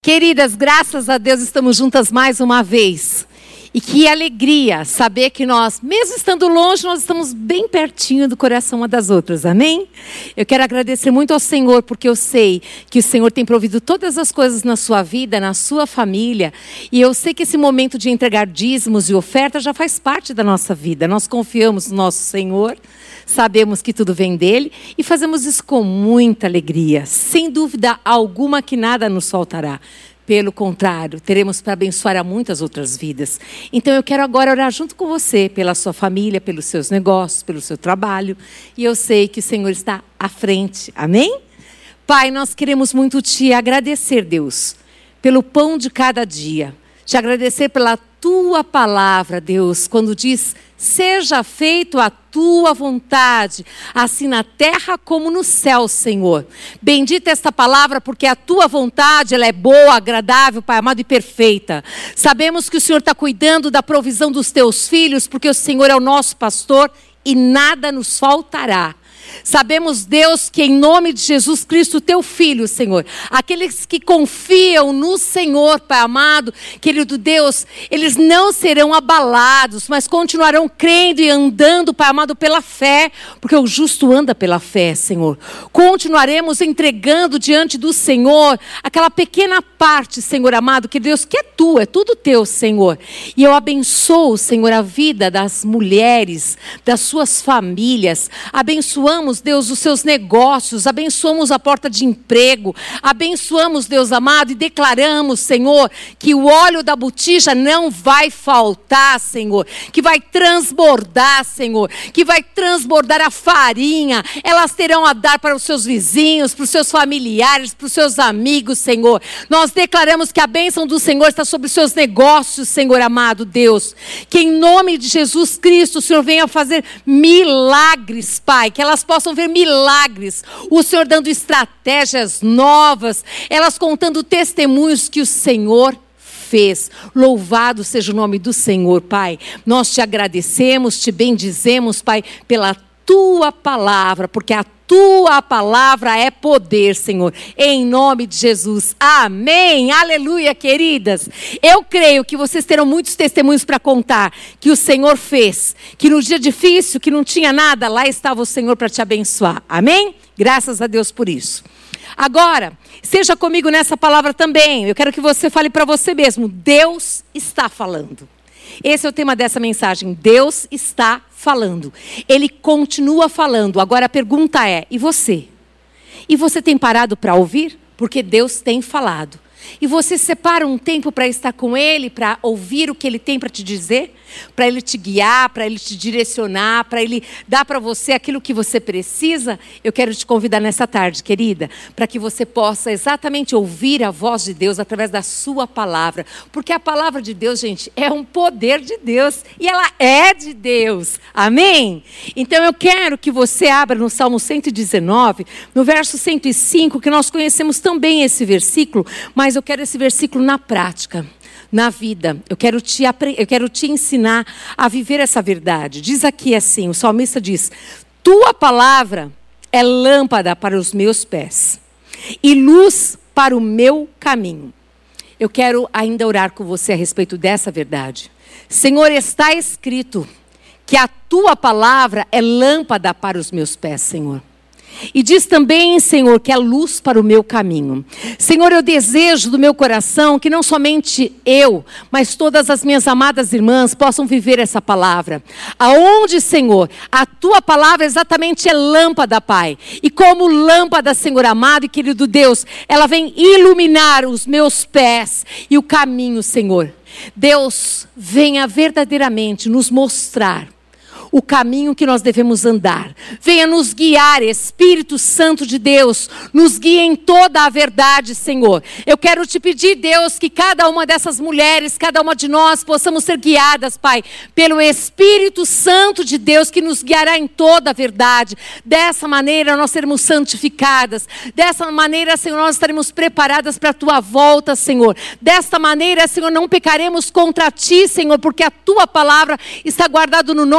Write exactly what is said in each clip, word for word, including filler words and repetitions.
Queridas, graças a Deus estamos juntas mais uma vez. E que alegria saber que nós, mesmo estando longe, nós estamos bem pertinho do coração uma das outras, amém? Eu quero agradecer muito ao Senhor, porque eu sei que o Senhor tem provido todas as coisas na sua vida, na sua família. E eu sei que esse momento de entregar dízimos e ofertas já faz parte da nossa vida. Nós confiamos no nosso Senhor, sabemos que tudo vem dele e fazemos isso com muita alegria. Sem dúvida alguma que nada nos faltará. Pelo contrário, teremos para abençoar a muitas outras vidas. Então eu quero agora orar junto com você, pela sua família, pelos seus negócios, pelo seu trabalho. E eu sei que o Senhor está à frente. Amém? Pai, nós queremos muito te agradecer, Deus, pelo pão de cada dia. Te agradecer pela tua palavra, Deus, quando diz: seja feito a tua vontade, assim na terra como no céu, Senhor. Bendita esta palavra, porque a tua vontade, ela é boa, agradável, Pai amado, e perfeita. Sabemos que o Senhor está cuidando da provisão dos teus filhos, porque o Senhor é o nosso pastor e nada nos faltará. Sabemos, Deus, que em nome de Jesus Cristo, teu Filho, Senhor, aqueles que confiam no Senhor, Pai amado, querido Deus, eles não serão abalados, mas continuarão crendo e andando, Pai amado, pela fé, porque o justo anda pela fé, Senhor. Continuaremos entregando diante do Senhor aquela pequena parte, Senhor amado, que Deus, que é tua, é tudo teu, Senhor. E eu abençoo, Senhor, a vida das mulheres, das suas famílias, abençoamos, Deus, os seus negócios, abençoamos a porta de emprego, abençoamos, Deus amado, e declaramos, Senhor, que o óleo da botija não vai faltar, Senhor, que vai transbordar, Senhor, que vai transbordar a farinha, elas terão a dar para os seus vizinhos, para os seus familiares, para os seus amigos, Senhor. Nós declaramos que a bênção do Senhor está sobre os seus negócios, Senhor amado, Deus, que em nome de Jesus Cristo, o Senhor venha fazer milagres, Pai, que elas possam ver milagres, o Senhor dando estratégias novas, elas contando testemunhos que o Senhor fez. Louvado seja o nome do Senhor, Pai. Nós te agradecemos, te bendizemos, Pai, pela tua palavra, porque a tua palavra é poder, Senhor, em nome de Jesus, amém, aleluia, queridas. Eu creio que vocês terão muitos testemunhos para contar, que o Senhor fez, que no dia difícil, que não tinha nada, lá estava o Senhor para te abençoar, amém? Graças a Deus por isso. Agora, esteja comigo nessa palavra também, eu quero que você fale para você mesmo: Deus está falando. Esse é o tema dessa mensagem, Deus está falando. Ele continua falando. Agora a pergunta é, e você? E você tem parado para ouvir? Porque Deus tem falado. E você separa um tempo para estar com Ele, para ouvir o que Ele tem para te dizer? Para Ele te guiar, para Ele te direcionar, para Ele dar para você aquilo que você precisa? Eu quero te convidar nessa tarde, querida, para que você possa exatamente ouvir a voz de Deus através da sua palavra. Porque a palavra de Deus, gente, é um poder de Deus e ela é de Deus. Amém? Então eu quero que você abra no Salmo cento e dezenove, no verso cento e cinco, que nós conhecemos também esse versículo, mas eu quero esse versículo na prática. Na vida, eu quero, te, eu quero te ensinar a viver essa verdade. Diz aqui assim, o salmista diz: tua palavra é lâmpada para os meus pés e luz para o meu caminho. Eu quero ainda orar com você a respeito dessa verdade. Senhor, está escrito que a tua palavra é lâmpada para os meus pés, Senhor. E diz também, Senhor, que é luz para o meu caminho. Senhor, eu desejo do meu coração que não somente eu, mas todas as minhas amadas irmãs possam viver essa palavra. Aonde, Senhor, a tua palavra exatamente é lâmpada, Pai. E como lâmpada, Senhor amado e querido Deus, ela vem iluminar os meus pés e o caminho, Senhor. Deus, venha verdadeiramente nos mostrar o caminho que nós devemos andar. Venha nos guiar, Espírito Santo de Deus, nos guie em toda a verdade, Senhor. Eu quero te pedir, Deus, que cada uma dessas mulheres, cada uma de nós, possamos ser guiadas, Pai, pelo Espírito Santo de Deus, que nos guiará em toda a verdade. Dessa maneira nós seremos santificadas. Dessa maneira, Senhor, nós estaremos preparadas para a tua volta, Senhor. Desta maneira, Senhor, não pecaremos contra ti, Senhor, porque a tua palavra está guardada no nosso coração.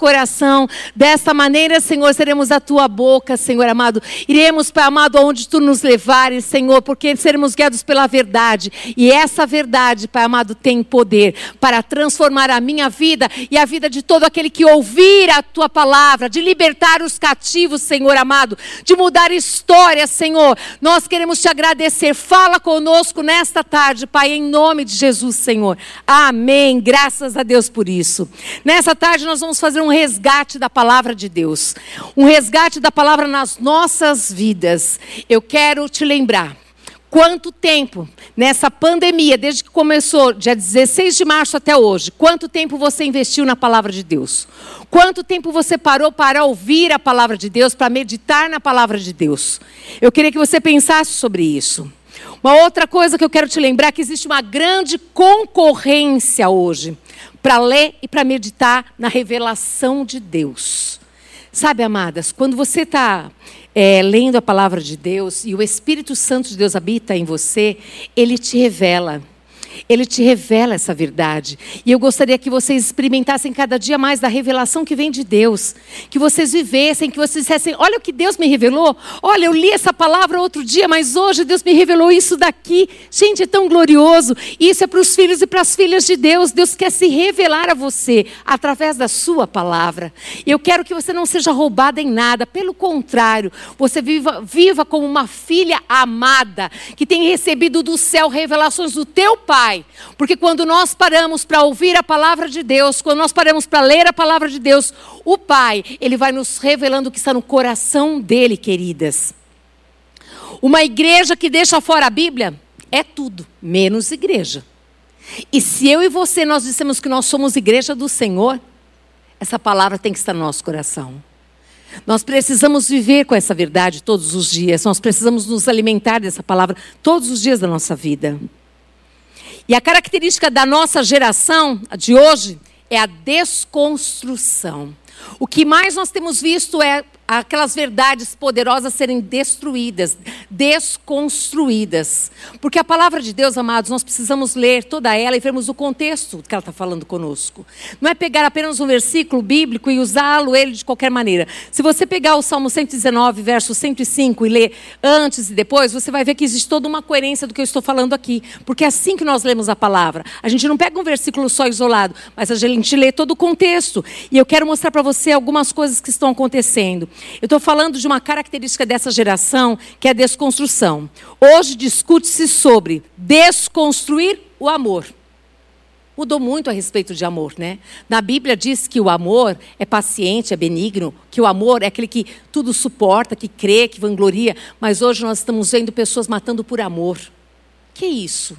coração. Desta maneira, Senhor, seremos a tua boca, Senhor amado. Iremos, Pai amado, aonde tu nos levares, Senhor, porque seremos guiados pela verdade. E essa verdade, Pai amado, tem poder para transformar a minha vida e a vida de todo aquele que ouvir a tua palavra, de libertar os cativos, Senhor amado, de mudar histórias, Senhor. Nós queremos te agradecer. Fala conosco nesta tarde, Pai, em nome de Jesus, Senhor. Amém. Graças a Deus por isso. Nessa tarde nós vamos fazer um resgate da palavra de Deus. Um resgate da palavra nas nossas vidas. Eu quero te lembrar. Quanto tempo nessa pandemia, desde que começou, dia dezesseis de março até hoje, quanto tempo você investiu na palavra de Deus? Quanto tempo você parou para ouvir a palavra de Deus, para meditar na palavra de Deus? Eu queria que você pensasse sobre isso. Uma outra coisa que eu quero te lembrar é que existe uma grande concorrência hoje para ler e para meditar na revelação de Deus. Sabe, amadas, quando você está é, lendo a palavra de Deus e o Espírito Santo de Deus habita em você, ele te revela. Ele te revela essa verdade. E eu gostaria que vocês experimentassem cada dia mais da revelação que vem de Deus. Que vocês vivessem, que vocês dissessem, olha o que Deus me revelou. Olha, eu li essa palavra outro dia, mas hoje Deus me revelou isso daqui. Gente, é tão glorioso. Isso é para os filhos e para as filhas de Deus. Deus quer se revelar a você através da sua palavra. E eu quero que você não seja roubada em nada. Pelo contrário, você viva, viva como uma filha amada, que tem recebido do céu revelações do teu Pai. Porque quando nós paramos para ouvir a palavra de Deus, quando nós paramos para ler a palavra de Deus, o Pai, Ele vai nos revelando o que está no coração dEle, queridas. Uma igreja que deixa fora a Bíblia é tudo, menos igreja. E se eu e você, nós dissemos que nós somos igreja do Senhor, essa palavra tem que estar no nosso coração. Nós precisamos viver com essa verdade todos os dias. Nós precisamos nos alimentar dessa palavra todos os dias da nossa vida. E a característica da nossa geração de hoje é a desconstrução. O que mais nós temos visto é aquelas verdades poderosas serem destruídas, desconstruídas. Porque a palavra de Deus, amados, nós precisamos ler toda ela e vermos o contexto que ela está falando conosco. Não é pegar apenas um versículo bíblico e usá-lo ele de qualquer maneira. Se você pegar o Salmo cento e dezenove, verso cento e cinco, e ler antes e depois, você vai ver que existe toda uma coerência do que eu estou falando aqui. Porque é assim que nós lemos a palavra. A gente não pega um versículo só isolado, mas a gente lê todo o contexto. E eu quero mostrar para você algumas coisas que estão acontecendo. Eu estou falando de uma característica dessa geração, que é a desconstrução. Hoje discute-se sobre desconstruir o amor. Mudou muito a respeito de amor, né? Na Bíblia diz que o amor é paciente, é benigno, que o amor é aquele que tudo suporta, que crê, que vangloria. Mas hoje nós estamos vendo pessoas matando por amor. Que isso?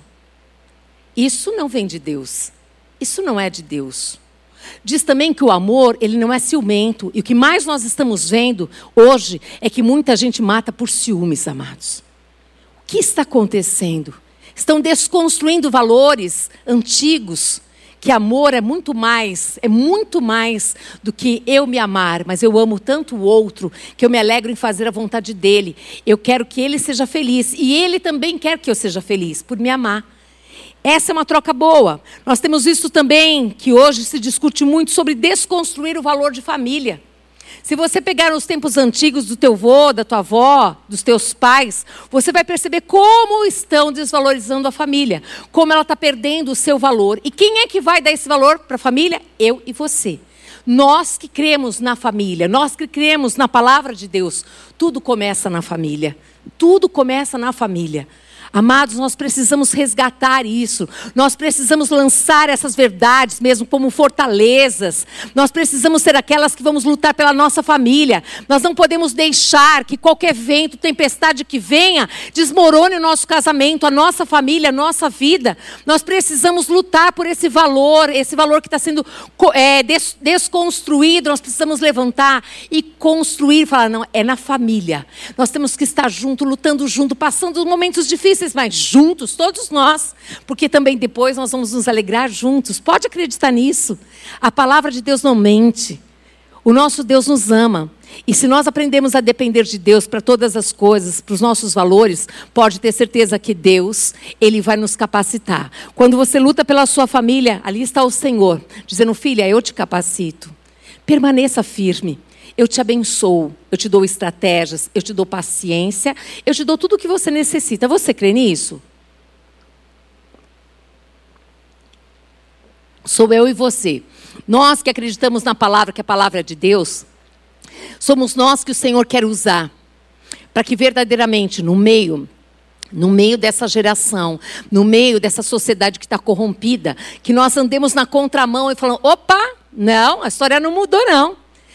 Isso não vem de Deus. Isso não é de Deus. Diz também que o amor, ele não é ciumento. E o que mais nós estamos vendo hoje é que muita gente mata por ciúmes, amados. O que está acontecendo? Estão desconstruindo valores antigos. Que amor é muito mais, é muito mais do que eu me amar. Mas eu amo tanto o outro, que eu me alegro em fazer a vontade dele. Eu quero que ele seja feliz. E ele também quer que eu seja feliz, por me amar. Essa é uma troca boa. Nós temos visto também que hoje se discute muito sobre desconstruir o valor de família. Se você pegar os tempos antigos do teu avô, da tua avó, dos teus pais, você vai perceber como estão desvalorizando a família. Como ela está perdendo o seu valor. E quem é que vai dar esse valor para a família? Eu e você. Nós que cremos na família, nós que cremos na palavra de Deus, tudo começa na família. Tudo começa na família. Amados, nós precisamos resgatar isso. Nós precisamos lançar essas verdades mesmo como fortalezas. Nós precisamos ser aquelas que vamos lutar pela nossa família. Nós não podemos deixar que qualquer vento, tempestade que venha, desmorone o nosso casamento, a nossa família, a nossa vida. Nós precisamos lutar por esse valor, esse valor que está sendo é, des- desconstruído. Nós precisamos levantar e construir. Falar, não, é na família. Nós temos que estar junto, lutando junto, passando momentos difíceis, mas juntos, todos nós, porque também depois nós vamos nos alegrar juntos. Pode acreditar nisso. A palavra de Deus não mente. O nosso Deus nos ama. E se nós aprendemos a depender de Deus para todas as coisas, para os nossos valores, pode ter certeza que Deus, Ele vai nos capacitar. Quando você luta pela sua família, ali está o Senhor, dizendo, filha, eu te capacito. permaneça firme. Eu te abençoo, eu te dou estratégias, eu te dou paciência, eu te dou tudo o que você necessita. Você crê nisso? Sou eu e você. Nós que acreditamos na palavra, que a palavra é de Deus, somos nós que o Senhor quer usar para que verdadeiramente no meio, no meio dessa geração, no meio dessa sociedade que está corrompida, que nós andemos na contramão e falamos, opa, não, a história não mudou não.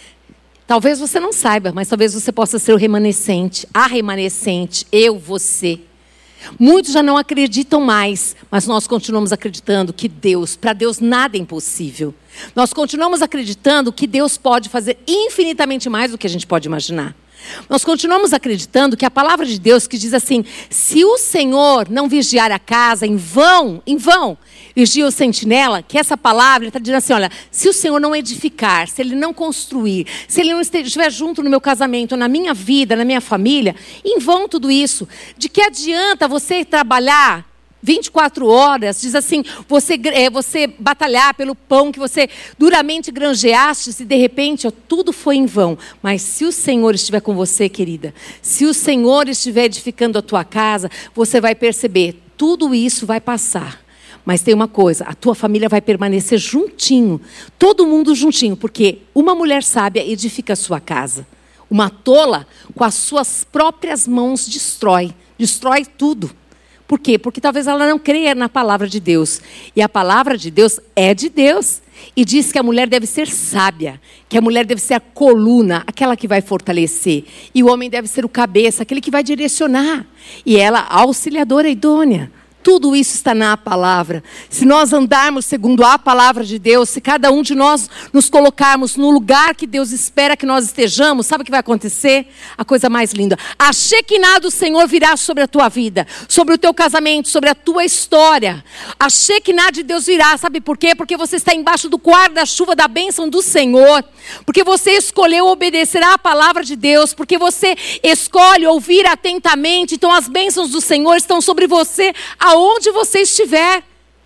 Talvez você não saiba, mas talvez você possa ser o remanescente, a remanescente, eu, você. Muitos já não acreditam mais, mas nós continuamos acreditando que Deus, para Deus nada é impossível. Nós continuamos acreditando que Deus pode fazer infinitamente mais do que a gente pode imaginar. Nós continuamos acreditando que a palavra de Deus que diz assim, se o Senhor não vigiar a casa, em vão, em vão, vigia o sentinela, que essa palavra está dizendo assim, olha, se o Senhor não edificar, se Ele não construir, se Ele não estiver junto no meu casamento, na minha vida, na minha família, em vão tudo isso. De que adianta você trabalhar vinte e quatro horas, diz assim, você, é, você batalhar pelo pão que você duramente granjeaste, e de repente ó, tudo foi em vão. Mas se o Senhor estiver com você, querida, se o Senhor estiver edificando a tua casa, você vai perceber, tudo isso vai passar. Mas tem uma coisa, a tua família vai permanecer juntinho, todo mundo juntinho, porque uma mulher sábia edifica a sua casa. Uma tola, com as suas próprias mãos, destrói, destrói tudo. Por quê? Porque talvez ela não creia na palavra de Deus. E a palavra de Deus é de Deus. E diz que a mulher deve ser sábia, que a mulher deve ser a coluna, aquela que vai fortalecer. E o homem deve ser o cabeça, aquele que vai direcionar. E ela, a auxiliadora idônea. Tudo isso está na palavra. Se nós andarmos segundo a palavra de Deus, se cada um de nós nos colocarmos no lugar que Deus espera que nós estejamos, sabe o que vai acontecer? A coisa mais linda. A Shekinah do Senhor virá sobre a tua vida, sobre o teu casamento, sobre a tua história. A Shekinah de Deus virá, sabe por quê? Porque você está embaixo do guarda-chuva da bênção do Senhor. Porque você escolheu obedecer à palavra de Deus. Porque você escolhe ouvir atentamente. Então as bênçãos do Senhor estão sobre você, aonde você estiver.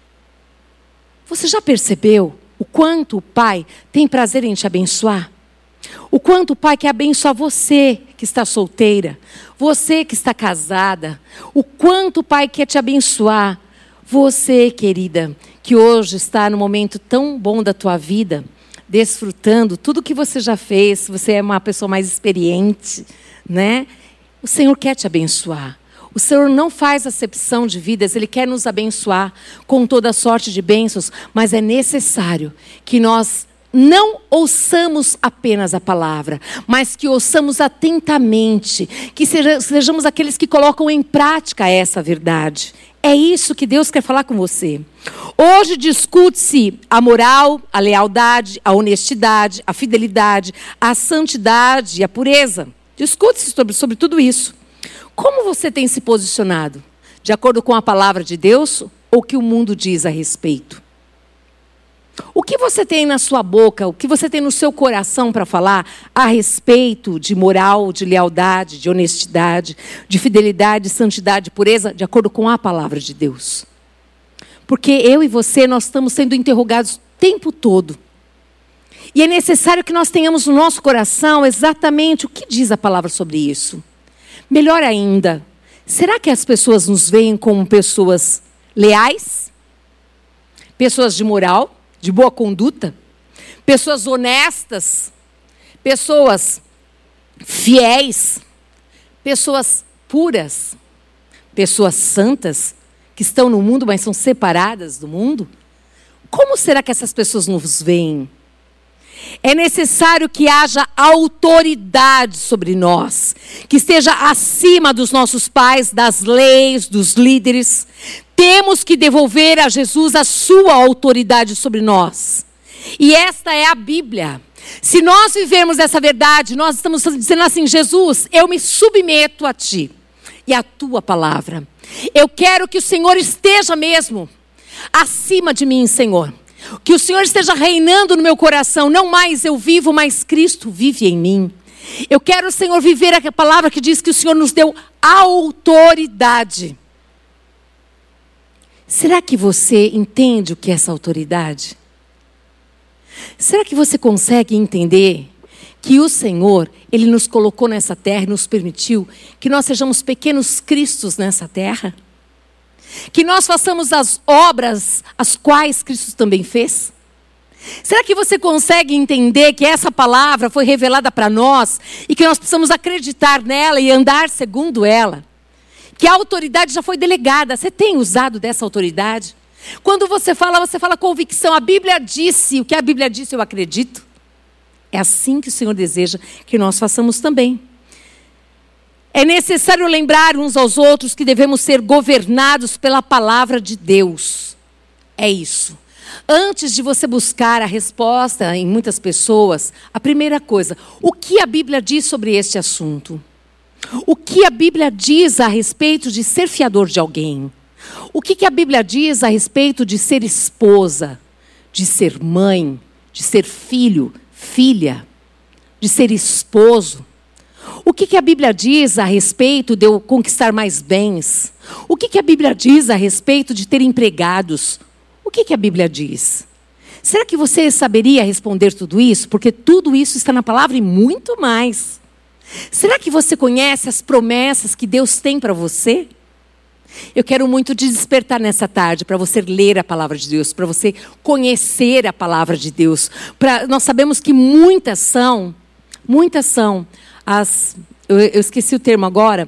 Você já percebeu o quanto o Pai tem prazer em te abençoar? O quanto o Pai quer abençoar você que está solteira, você que está casada. O quanto o Pai quer te abençoar. Você, querida, que hoje está no momento tão bom da tua vida, desfrutando tudo que você já fez, você é uma pessoa mais experiente, né? O Senhor quer te abençoar. O Senhor não faz acepção de vidas, Ele quer nos abençoar com toda sorte de bênçãos, mas é necessário que nós não ouçamos apenas a palavra, mas que ouçamos atentamente, que sejamos aqueles que colocam em prática essa verdade. É isso que Deus quer falar com você. Hoje discute-se a moral, a lealdade, a honestidade, a fidelidade, a santidade e a pureza. Discute-se sobre, sobre tudo isso. Como você tem se posicionado? De acordo com a palavra de Deus ou o que o mundo diz a respeito? O que você tem na sua boca, o que você tem no seu coração para falar a respeito de moral, de lealdade, de honestidade, de fidelidade, santidade, pureza, de acordo com a palavra de Deus? Porque eu e você, nós estamos sendo interrogados o tempo todo. E é necessário que nós tenhamos no nosso coração exatamente o que diz a palavra sobre isso. Melhor ainda, será que as pessoas nos veem como pessoas leais? Pessoas de moral? De boa conduta? Pessoas honestas? Pessoas fiéis? Pessoas puras? Pessoas santas? Que estão no mundo, mas são separadas do mundo? Como será que essas pessoas nos veem? É necessário que haja autoridade sobre nós, que esteja acima dos nossos pais, das leis, dos líderes. Temos que devolver a Jesus a sua autoridade sobre nós. E esta é a Bíblia. Se nós vivermos essa verdade, nós estamos dizendo assim, Jesus, eu me submeto a Ti e a Tua palavra. Eu quero que o Senhor esteja mesmo acima de mim, Senhor. Que o Senhor esteja reinando no meu coração. Não mais eu vivo, mas Cristo vive em mim. Eu quero, Senhor, viver a palavra que diz que o Senhor nos deu autoridade. Será que você entende o que é essa autoridade? Será que você consegue entender que o Senhor, Ele nos colocou nessa terra e nos permitiu que nós sejamos pequenos cristos nessa terra? Que nós façamos as obras as quais Cristo também fez? Será que você consegue entender que essa palavra foi revelada para nós e que nós precisamos acreditar nela e andar segundo ela? Que a autoridade já foi delegada. Você tem usado dessa autoridade? Quando você fala, você fala convicção. A Bíblia disse, o que a Bíblia disse eu acredito. É assim que o Senhor deseja que nós façamos também. É necessário lembrar uns aos outros que devemos ser governados pela palavra de Deus. É isso. Antes de você buscar a resposta em muitas pessoas, a primeira coisa, o que a Bíblia diz sobre este assunto? O que a Bíblia diz a respeito de ser fiador de alguém? O que, que a Bíblia diz a respeito de ser esposa, de ser mãe, de ser filho, filha, de ser esposo? O que, que a Bíblia diz a respeito de eu conquistar mais bens? O que, que a Bíblia diz a respeito de ter empregados? O que, que a Bíblia diz? Será que você saberia responder tudo isso? Porque tudo isso está na palavra e muito mais. Será que você conhece as promessas que Deus tem para você? Eu quero muito te despertar nessa tarde para você ler a palavra de Deus, para você conhecer a palavra de Deus. Pra, nós sabemos que muitas são, muitas são as, eu, eu esqueci o termo agora,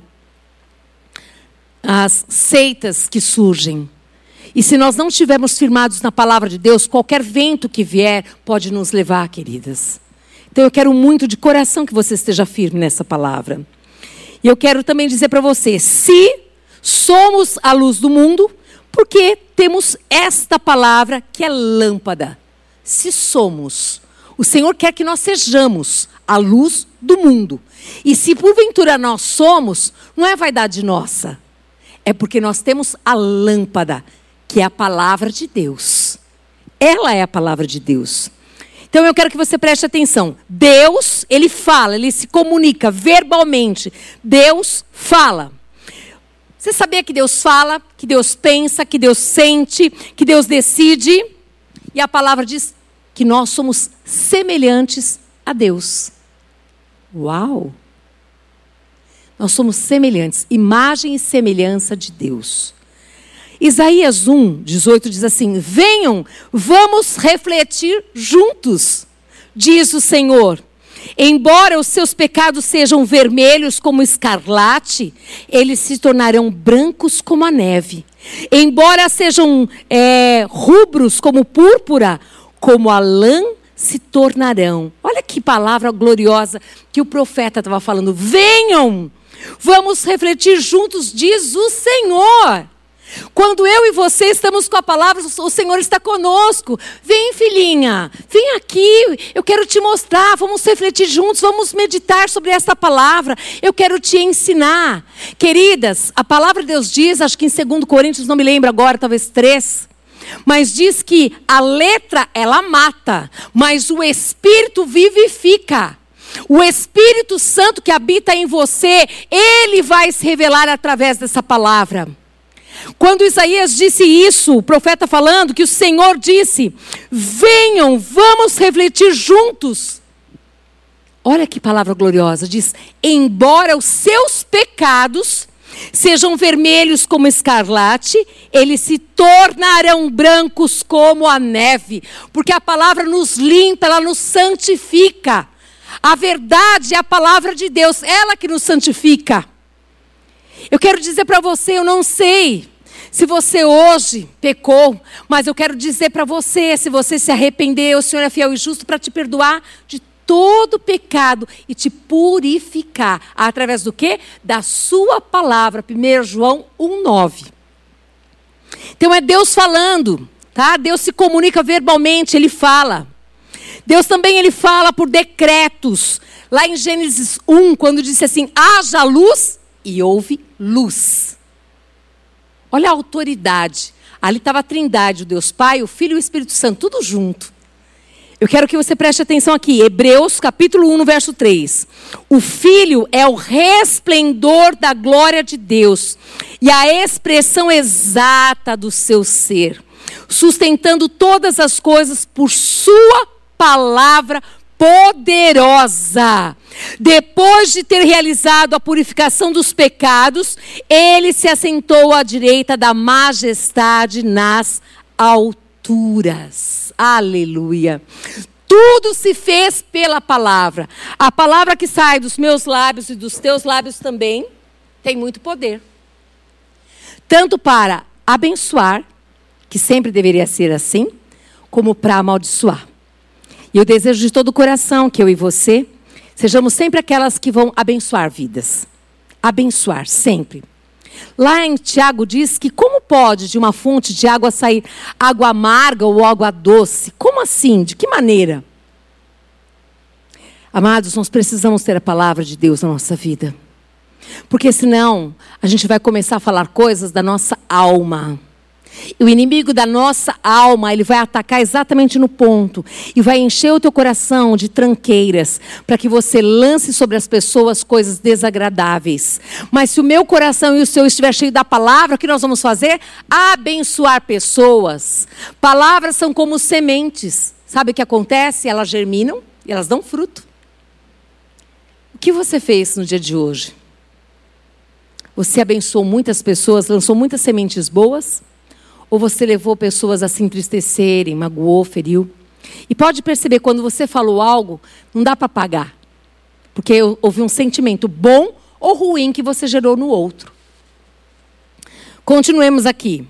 as seitas que surgem. E se nós não estivermos firmados na palavra de Deus, qualquer vento que vier pode nos levar, queridas. Então eu quero muito de coração que você esteja firme nessa palavra. E eu quero também dizer para você, se somos a luz do mundo, porque temos esta palavra que é lâmpada. Se somos, o Senhor quer que nós sejamos a luz do mundo. E se porventura nós somos, não é vaidade nossa. É porque nós temos a lâmpada, que é a palavra de Deus. Ela é a palavra de Deus. Então eu quero que você preste atenção. Deus, Ele fala, Ele se comunica verbalmente. Deus fala. Você sabia que Deus fala, que Deus pensa, que Deus sente, que Deus decide? E a palavra diz que nós somos semelhantes a Deus. Uau! Nós somos semelhantes, imagem e semelhança de Deus. Isaías um, dezoito diz assim, venham, vamos refletir juntos, diz o Senhor. Embora os seus pecados sejam vermelhos como escarlate, eles se tornarão brancos como a neve. Embora sejam é, rubros como púrpura, como a lã se tornarão. Olha que palavra gloriosa que o profeta estava falando. Venham, vamos refletir juntos, diz o Senhor. Quando eu e você estamos com a palavra, o Senhor está conosco. Vem, filhinha, vem aqui, eu quero te mostrar, vamos refletir juntos, vamos meditar sobre essa palavra. Eu quero te ensinar. Queridas, a palavra de Deus diz, acho que em dois Coríntios, não me lembro agora, talvez três, mas diz que a letra, ela mata, mas o Espírito vivifica. O Espírito Santo que habita em você, Ele vai se revelar através dessa palavra. Quando Isaías disse isso, o profeta falando que o Senhor disse, venham, vamos refletir juntos. Olha que palavra gloriosa, diz, embora os seus pecados sejam vermelhos como escarlate, eles se tornarão brancos como a neve. Porque a palavra nos limpa, ela nos santifica. A verdade é a palavra de Deus, ela que nos santifica. Eu quero dizer para você, eu não sei se você hoje pecou, mas eu quero dizer para você, se você se arrependeu, o Senhor é fiel e justo para te perdoar de todo pecado e te purificar. Através do quê? Da sua palavra. primeiro João um, nove. Então é Deus falando, tá? Deus se comunica verbalmente, Ele fala. Deus também Ele fala por decretos. Lá em Gênesis um, quando disse assim, haja luz, e houve luz. Olha a autoridade. Ali estava a trindade, o Deus Pai, o Filho e o Espírito Santo, tudo junto. Eu quero que você preste atenção aqui. Hebreus capítulo um, no verso três. O Filho é o resplendor da glória de Deus e a expressão exata do seu ser, sustentando todas as coisas por sua palavra poderosa. Depois de ter realizado a purificação dos pecados, ele se assentou à direita da majestade nas alturas. Aleluia. Tudo se fez pela palavra. A palavra que sai dos meus lábios e dos teus lábios também tem muito poder. Tanto para abençoar, que sempre deveria ser assim, como para amaldiçoar. E eu desejo de todo o coração que eu e você sejamos sempre aquelas que vão abençoar vidas. Abençoar, sempre. Lá em Tiago diz que como pode de uma fonte de água sair água amarga ou água doce? Como assim? De que maneira? Amados, nós precisamos ter a palavra de Deus na nossa vida. Porque senão a gente vai começar a falar coisas da nossa alma. E o inimigo da nossa alma, ele vai atacar exatamente no ponto. E vai encher o teu coração de tranqueiras, para que você lance sobre as pessoas coisas desagradáveis. Mas se o meu coração e o seu estiver cheio da palavra, o que nós vamos fazer? Abençoar pessoas. Palavras são como sementes. Sabe o que acontece? Elas germinam e elas dão fruto. O que você fez no dia de hoje? Você abençoou muitas pessoas, lançou muitas sementes boas? Ou você levou pessoas a se entristecerem, magoou, feriu? E pode perceber, quando você falou algo, não dá para pagar. Porque houve um sentimento bom ou ruim que você gerou no outro. Continuemos aqui.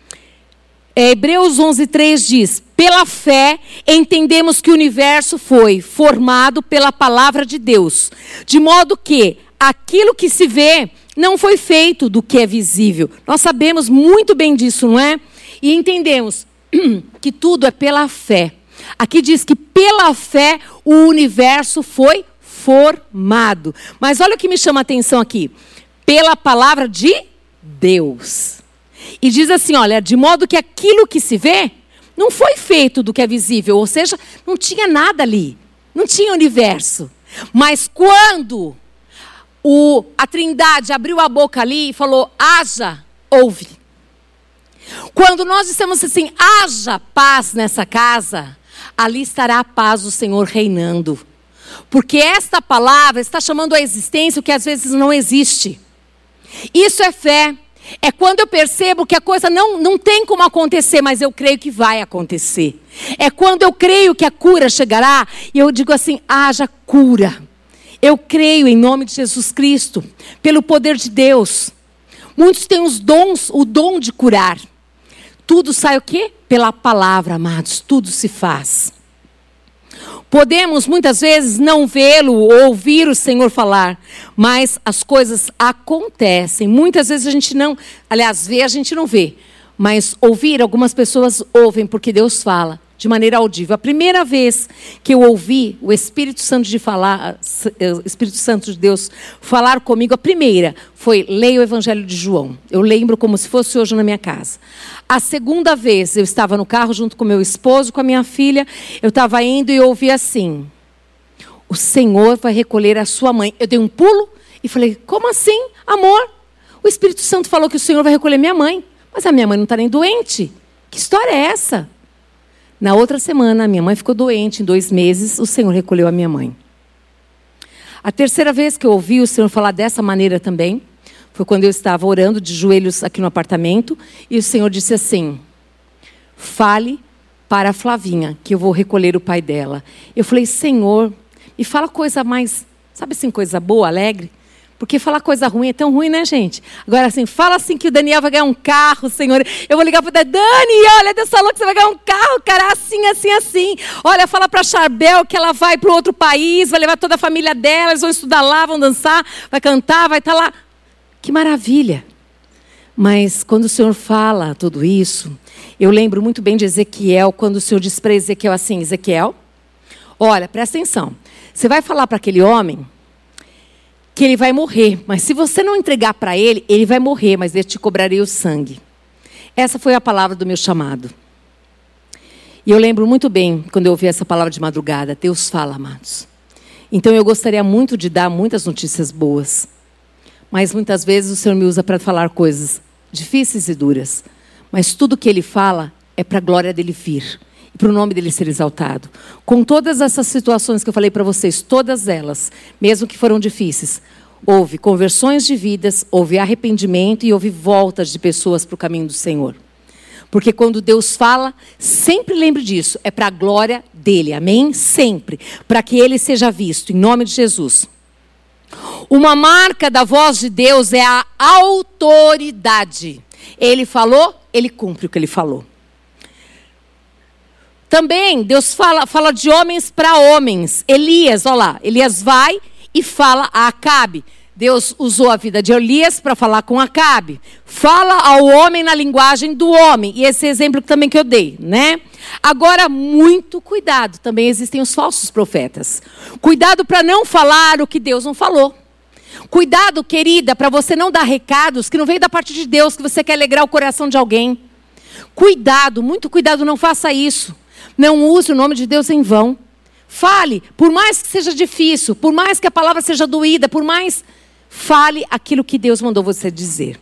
É, Hebreus onze, três diz: pela fé entendemos que o universo foi formado pela palavra de Deus. De modo que aquilo que se vê não foi feito do que é visível. Nós sabemos muito bem disso, não é? E entendemos que tudo é pela fé. Aqui diz que pela fé o universo foi formado. Mas olha o que me chama a atenção aqui. Pela palavra de Deus. E diz assim, olha, de modo que aquilo que se vê não foi feito do que é visível. Ou seja, não tinha nada ali. Não tinha universo. Mas quando o, a Trindade abriu a boca ali e falou, haja, houve. Quando nós dissemos assim, haja paz nessa casa, ali estará a paz do Senhor reinando. Porque esta palavra está chamando à existência o que às vezes não existe. Isso é fé. É quando eu percebo que a coisa não, não tem como acontecer, mas eu creio que vai acontecer. É quando eu creio que a cura chegará e eu digo assim, haja cura. Eu creio em nome de Jesus Cristo, pelo poder de Deus. Muitos têm os dons, o dom de curar. Tudo sai o quê? Pela palavra, amados. Tudo se faz. Podemos muitas vezes não vê-lo ou ouvir o Senhor falar, mas as coisas acontecem. Muitas vezes a gente não, aliás, vê, a gente não vê. Mas ouvir, algumas pessoas ouvem porque Deus fala de maneira audível. A primeira vez que eu ouvi o Espírito Santo de falar, o Espírito Santo de Deus falar comigo, a primeira foi leia o Evangelho de João. Eu lembro como se fosse hoje na minha casa. A segunda vez eu estava no carro junto com meu esposo, com a minha filha, eu estava indo e eu ouvi assim: o Senhor vai recolher a sua mãe. Eu dei um pulo e falei, como assim, amor? O Espírito Santo falou que o Senhor vai recolher minha mãe, mas a minha mãe não está nem doente. Que história é essa? Na outra semana, minha mãe ficou doente, em dois meses, o Senhor recolheu a minha mãe. A terceira vez que eu ouvi o Senhor falar dessa maneira também, foi quando eu estava orando de joelhos aqui no apartamento, e o Senhor disse assim, fale para a Flavinha, que eu vou recolher o pai dela. Eu falei, Senhor, me fala coisa mais, sabe assim, coisa boa, alegre? Porque falar coisa ruim é tão ruim, né, gente? Agora, assim, fala assim que o Daniel vai ganhar um carro, Senhor. Eu vou ligar para o Dani, olha, Deus falou que você vai ganhar um carro, cara, assim, assim, assim. Olha, fala para a Charbel que ela vai para outro país, vai levar toda a família dela, eles vão estudar lá, vão dançar, vai cantar, vai estar lá. Que maravilha. Mas quando o Senhor fala tudo isso, eu lembro muito bem de Ezequiel, quando o Senhor disse para Ezequiel assim, Ezequiel, olha, presta atenção. Você vai falar para aquele homem que ele vai morrer, mas se você não entregar para ele, ele vai morrer, mas eu te cobrarei o sangue. Essa foi a palavra do meu chamado. E eu lembro muito bem, quando eu ouvi essa palavra de madrugada, Deus fala, amados. Então eu gostaria muito de dar muitas notícias boas, mas muitas vezes o Senhor me usa para falar coisas difíceis e duras. Mas tudo que Ele fala é para a glória dEle vir. para o nome dele ser exaltado. Com todas essas situações que eu falei para vocês, todas elas, mesmo que foram difíceis, houve conversões de vidas, houve arrependimento e houve voltas de pessoas para o caminho do Senhor. Porque quando Deus fala, sempre lembre disso, é para a glória dele, amém? Sempre, para que ele seja visto, em nome de Jesus. Uma marca da voz de Deus é a autoridade. Ele falou, ele cumpre o que ele falou. Também Deus fala, fala de homens para homens. Elias, olha lá, Elias vai e fala a Acabe. Deus usou a vida de Elias para falar com Acabe. Fala ao homem na linguagem do homem. E esse exemplo também que eu dei, né? Agora, muito cuidado. Também existem os falsos profetas. Cuidado para não falar o que Deus não falou. Cuidado, querida, para você não dar recados que não veio da parte de Deus, que você quer alegrar o coração de alguém. Cuidado, muito cuidado, não faça isso. Não use o nome de Deus em vão. Fale, por mais que seja difícil, por mais que a palavra seja doída, por mais... Fale aquilo que Deus mandou você dizer.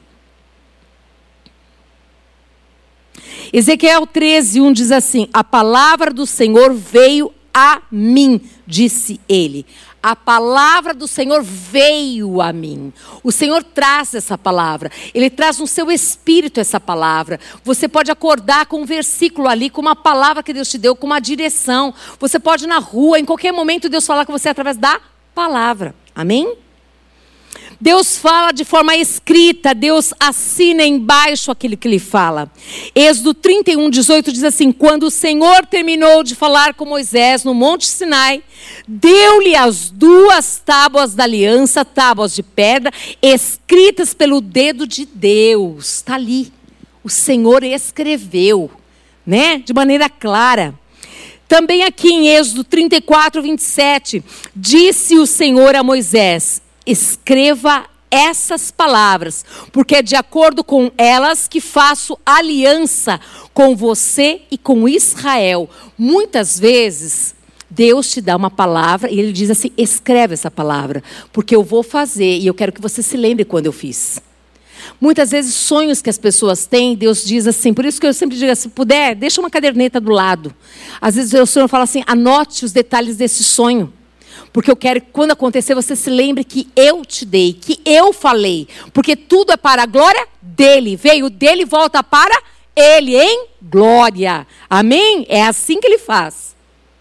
Ezequiel treze, um diz assim: a palavra do Senhor veio a mim, disse ele. A palavra do Senhor veio a mim. O Senhor traz essa palavra. Ele traz no seu espírito essa palavra. Você pode acordar com um versículo ali, com uma palavra que Deus te deu, com uma direção. Você pode ir na rua, em qualquer momento Deus falar com você através da palavra. Amém? Deus fala de forma escrita, Deus assina embaixo aquilo que ele fala. Êxodo trinta e um, dezoito diz assim: quando o Senhor terminou de falar com Moisés no Monte Sinai, deu-lhe as duas tábuas da aliança, tábuas de pedra, escritas pelo dedo de Deus. Está ali, o Senhor escreveu, né? De maneira clara. Também aqui em Êxodo trinta e quatro, vinte e sete, disse o Senhor a Moisés: escreva essas palavras, porque é de acordo com elas que faço aliança com você e com Israel. Muitas vezes, Deus te dá uma palavra e ele diz assim: escreve essa palavra, porque eu vou fazer e eu quero que você se lembre quando eu fiz. Muitas vezes, sonhos que as pessoas têm, Deus diz assim, por isso que eu sempre digo, se puder, deixa uma caderneta do lado. Às vezes o Senhor fala assim: anote os detalhes desse sonho. Porque eu quero que quando acontecer você se lembre que eu te dei, que eu falei. Porque tudo é para a glória dele. Veio dele e volta para ele em glória. Amém? É assim que ele faz.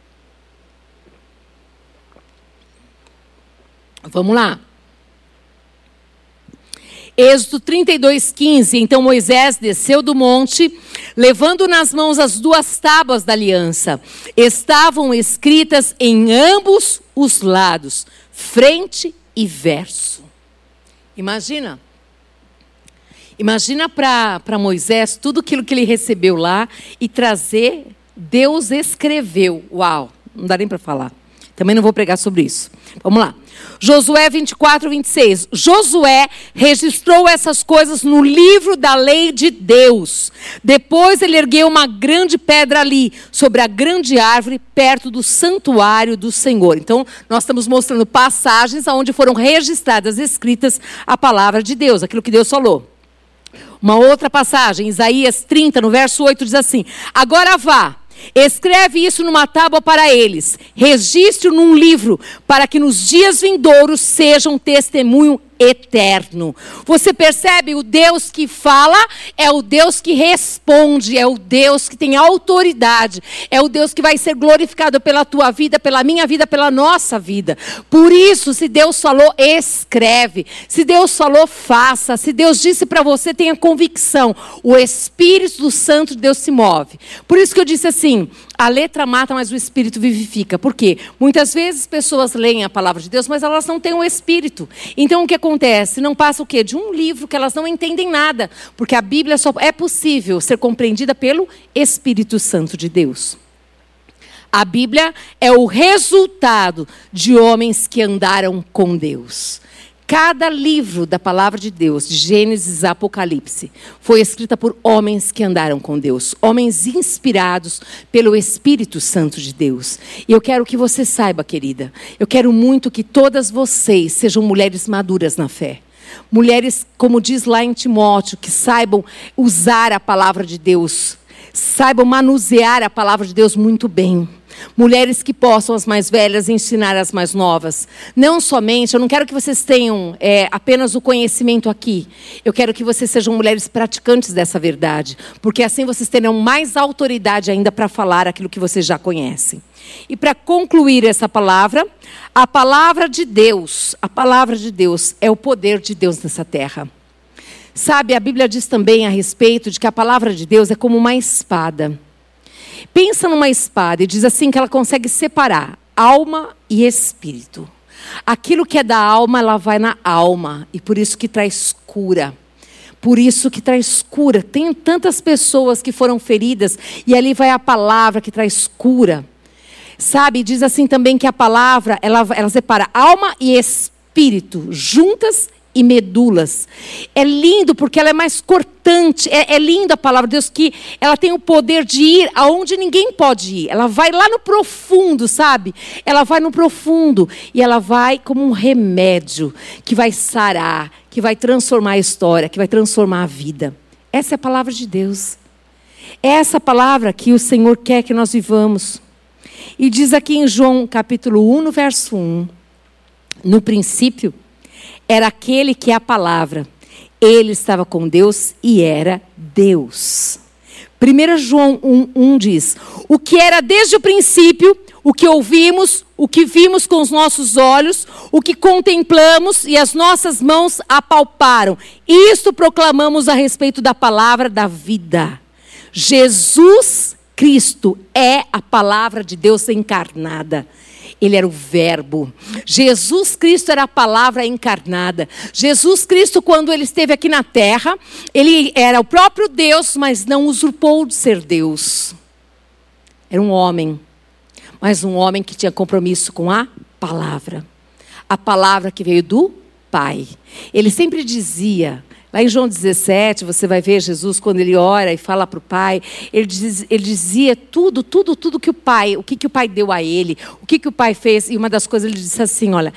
Vamos lá. Êxodo trinta e dois, quinze. Então Moisés desceu do monte, levando nas mãos as duas tábuas da aliança. Estavam escritas em ambos os lados, frente e verso. Imagina. Imagina para Moisés tudo aquilo que ele recebeu lá e trazer. Deus escreveu. Uau, não dá nem para falar. Também não vou pregar sobre isso. Vamos lá. Josué vinte e quatro, vinte e seis. Josué registrou essas coisas no livro da lei de Deus. Depois ele ergueu uma grande pedra ali, sobre a grande árvore, perto do santuário do Senhor. Então, nós estamos mostrando passagens onde foram registradas, escritas a palavra de Deus, aquilo que Deus falou. Uma outra passagem, Isaías trinta, no verso oito, diz assim: agora vá. Escreve isso numa tábua para eles. Registre-o num livro, para que nos dias vindouros seja um testemunho eterno. Você percebe? O Deus que fala é o Deus que responde, é o Deus que tem autoridade, é o Deus que vai ser glorificado pela tua vida, pela minha vida, pela nossa vida. Por isso, se Deus falou, escreve. Se Deus falou, faça. Se Deus disse para você, tenha convicção. O Espírito Santo de Deus se move. Por isso que eu disse assim, a letra mata, mas o Espírito vivifica. Por quê? Muitas vezes pessoas leem a palavra de Deus, mas elas não têm o Espírito. Então o que acontece? Não passa o quê? De um livro que elas não entendem nada. Porque a Bíblia só é possível ser compreendida pelo Espírito Santo de Deus. A Bíblia é o resultado de homens que andaram com Deus. Cada livro da palavra de Deus, de Gênesis a Apocalipse, foi escrita por homens que andaram com Deus. Homens inspirados pelo Espírito Santo de Deus. E eu quero que você saiba, querida, eu quero muito que todas vocês sejam mulheres maduras na fé. Mulheres, como diz lá em Timóteo, que saibam usar a palavra de Deus. saibam manusear a palavra de Deus muito bem. Mulheres que possam, as mais velhas, ensinar as mais novas. Não somente, eu não quero que vocês tenham é, apenas o conhecimento aqui. Eu quero que vocês sejam mulheres praticantes dessa verdade. Porque assim vocês terão mais autoridade ainda para falar aquilo que vocês já conhecem. E para concluir essa palavra, a palavra de Deus, a palavra de Deus é o poder de Deus nessa terra. Sabe, a Bíblia diz também a respeito de que a palavra de Deus é como uma espada. Pensa numa espada e diz assim que ela consegue separar alma e espírito. Aquilo que é da alma, ela vai na alma. E por isso que traz cura. Por isso que traz cura. Tem tantas pessoas que foram feridas e ali vai a palavra que traz cura. Sabe, diz assim também que a palavra, ela, ela separa alma e espírito, juntas e medulas. É lindo porque ela é mais cortante. É, é linda a palavra de Deus, que ela tem o poder de ir aonde ninguém pode ir. Ela vai lá no profundo, sabe? Ela vai no profundo e ela vai como um remédio que vai sarar, que vai transformar a história, que vai transformar a vida. Essa é a palavra de Deus. É essa palavra que o Senhor quer que nós vivamos. E diz aqui em João capítulo um, no verso um, no princípio era aquele que é a palavra. Ele estava com Deus e era Deus. primeiro João um, um diz: o que era desde o princípio, o que ouvimos, o que vimos com os nossos olhos, o que contemplamos e as nossas mãos apalparam. Isto proclamamos a respeito da palavra da vida. Jesus Cristo é a palavra de Deus encarnada. Ele era o verbo. Jesus Cristo era a palavra encarnada. Jesus Cristo, quando ele esteve aqui na terra, ele era o próprio Deus, mas não usurpou de ser Deus. Era um homem, mas um homem que tinha compromisso com a palavra. A palavra que veio do Pai. Ele sempre dizia... Lá em João dezessete, você vai ver Jesus quando ele ora e fala para o Pai. Ele, diz, ele dizia tudo, tudo, tudo que o Pai, o que, que o Pai deu a ele, o que, que o Pai fez. E uma das coisas ele disse assim, olha,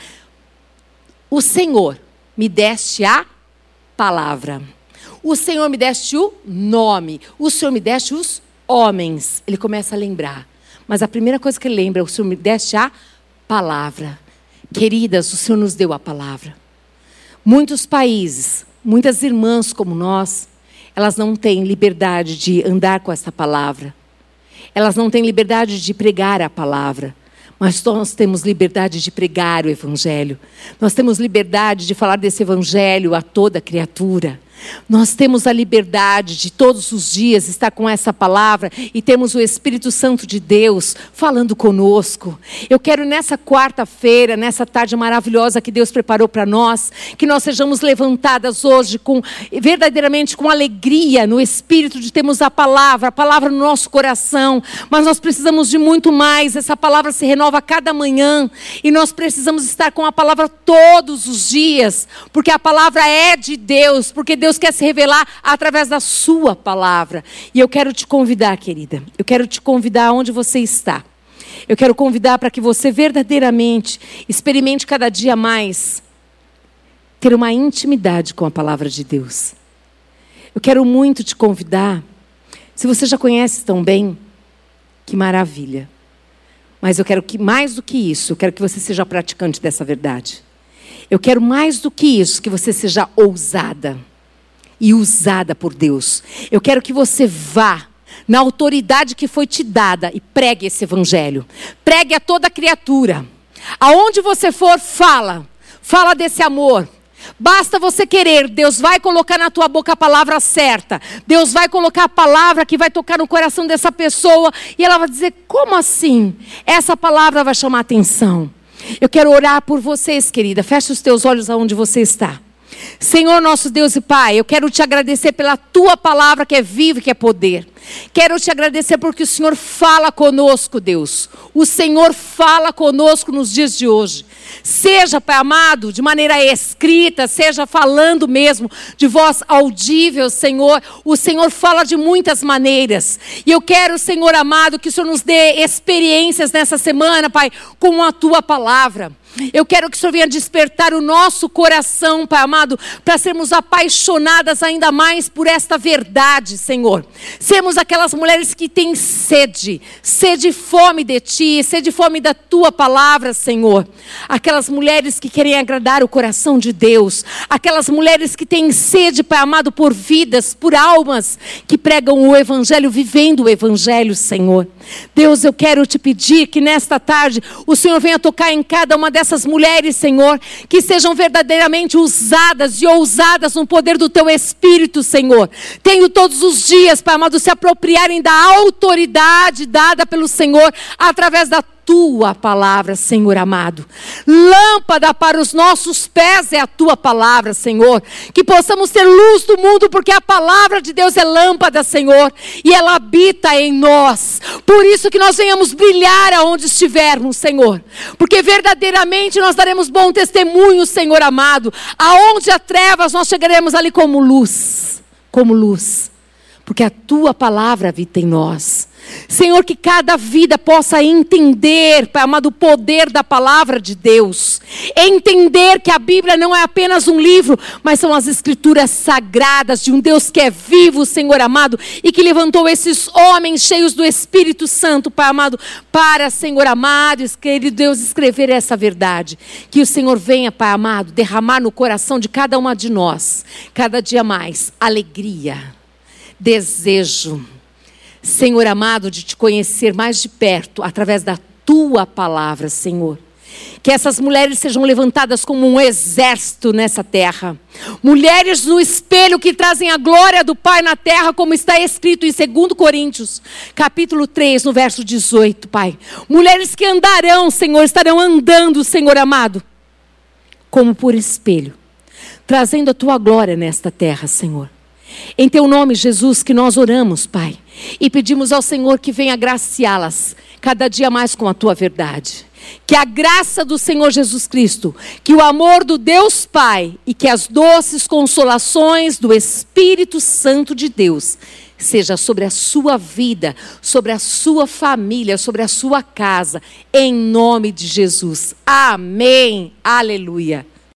o Senhor me deste a palavra. O Senhor me deste o nome. O Senhor me deste os homens. Ele começa a lembrar. Mas a primeira coisa que ele lembra, o Senhor me deste a palavra. Queridas, o Senhor nos deu a palavra. Muitos países... Muitas irmãs como nós, elas não têm liberdade de andar com essa palavra. Elas não têm liberdade de pregar a palavra. Mas nós temos liberdade de pregar o Evangelho. Nós temos liberdade de falar desse Evangelho a toda criatura. Nós temos a liberdade de todos os dias estar com essa palavra e temos o Espírito Santo de Deus falando conosco. Eu quero nessa quarta-feira, nessa tarde maravilhosa que Deus preparou para nós, que nós sejamos levantadas hoje com, verdadeiramente com alegria no Espírito de termos a palavra, a palavra no nosso coração. Mas nós precisamos de muito mais. Essa palavra se renova a cada manhã e nós precisamos estar com a palavra todos os dias, porque a palavra é de Deus, porque Deus Deus quer se revelar através da sua palavra. E eu quero te convidar, querida. Eu quero te convidar aonde você está. Eu quero convidar para que você verdadeiramente experimente cada dia mais ter uma intimidade com a palavra de Deus. Eu quero muito te convidar. Se você já conhece tão bem, que maravilha. Mas eu quero que, mais do que isso, eu quero que você seja praticante dessa verdade. Eu quero mais do que isso, que você seja ousada e usada por Deus. Eu quero que você vá na autoridade que foi te dada e pregue esse Evangelho. Pregue a toda criatura. Aonde você for, fala. Fala desse amor. Basta você querer, Deus vai colocar na tua boca a palavra certa. Deus vai colocar a palavra que vai tocar no coração dessa pessoa. E ela vai dizer, como assim? Essa palavra vai chamar a atenção. Eu quero orar por vocês, querida. Feche os teus olhos aonde você está. Senhor nosso Deus e Pai, eu quero te agradecer pela tua palavra que é viva e que é poder. Quero te agradecer porque o Senhor fala conosco, Deus. O Senhor fala conosco nos dias de hoje. Seja, Pai amado, de maneira escrita, seja falando mesmo, de voz audível, Senhor. O Senhor fala de muitas maneiras. E eu quero, Senhor amado, que o Senhor nos dê experiências nessa semana, Pai, com a Tua palavra. Eu quero que o Senhor venha despertar o nosso coração, Pai amado, para sermos apaixonadas ainda mais por esta verdade, Senhor. Sermos aquelas mulheres que têm sede, sede e fome de Ti, sede e fome da Tua palavra, Senhor. Aquelas mulheres que querem agradar o coração de Deus. Aquelas mulheres que têm sede, Pai amado, por vidas, por almas que pregam o Evangelho, vivendo o Evangelho, Senhor. Deus, eu quero te pedir que nesta tarde o Senhor venha tocar em cada uma dessas mulheres, Senhor, que sejam verdadeiramente usadas e ousadas no poder do Teu Espírito, Senhor. Tenho todos os dias, Pai amado, se apropriarem da autoridade dada pelo Senhor através da Tua palavra, Senhor amado. Lâmpada para os nossos pés é a Tua palavra, Senhor. Que possamos ser luz do mundo, porque a palavra de Deus é lâmpada, Senhor, e ela habita em nós. Por isso que nós venhamos brilhar aonde estivermos, Senhor. Porque verdadeiramente nós daremos bom testemunho, Senhor amado. Aonde há trevas, nós chegaremos ali como luz. Como luz. Porque a Tua palavra habita em nós. Senhor, que cada vida possa entender, Pai amado, o poder da palavra de Deus. Entender que a Bíblia não é apenas um livro, mas são as escrituras sagradas de um Deus que é vivo, Senhor amado, e que levantou esses homens cheios do Espírito Santo, Pai amado, para, Senhor amado, querido Deus, escrever essa verdade. Que o Senhor venha, Pai amado, derramar no coração de cada uma de nós, cada dia mais, alegria, desejo, Senhor amado, de Te conhecer mais de perto, através da Tua palavra, Senhor. Que essas mulheres sejam levantadas como um exército nessa terra. Mulheres no espelho que trazem a glória do Pai na terra, como está escrito em dois Coríntios, capítulo três, no verso dezoito, Pai. Mulheres que andarão, Senhor, estarão andando, Senhor amado, como por espelho, trazendo a Tua glória nesta terra, Senhor. Em Teu nome, Jesus, que nós oramos, Pai, e pedimos ao Senhor que venha agraciá-las cada dia mais com a Tua verdade. Que a graça do Senhor Jesus Cristo, que o amor do Deus Pai e que as doces consolações do Espírito Santo de Deus seja sobre a sua vida, sobre a sua família, sobre a sua casa, em nome de Jesus. Amém. Aleluia.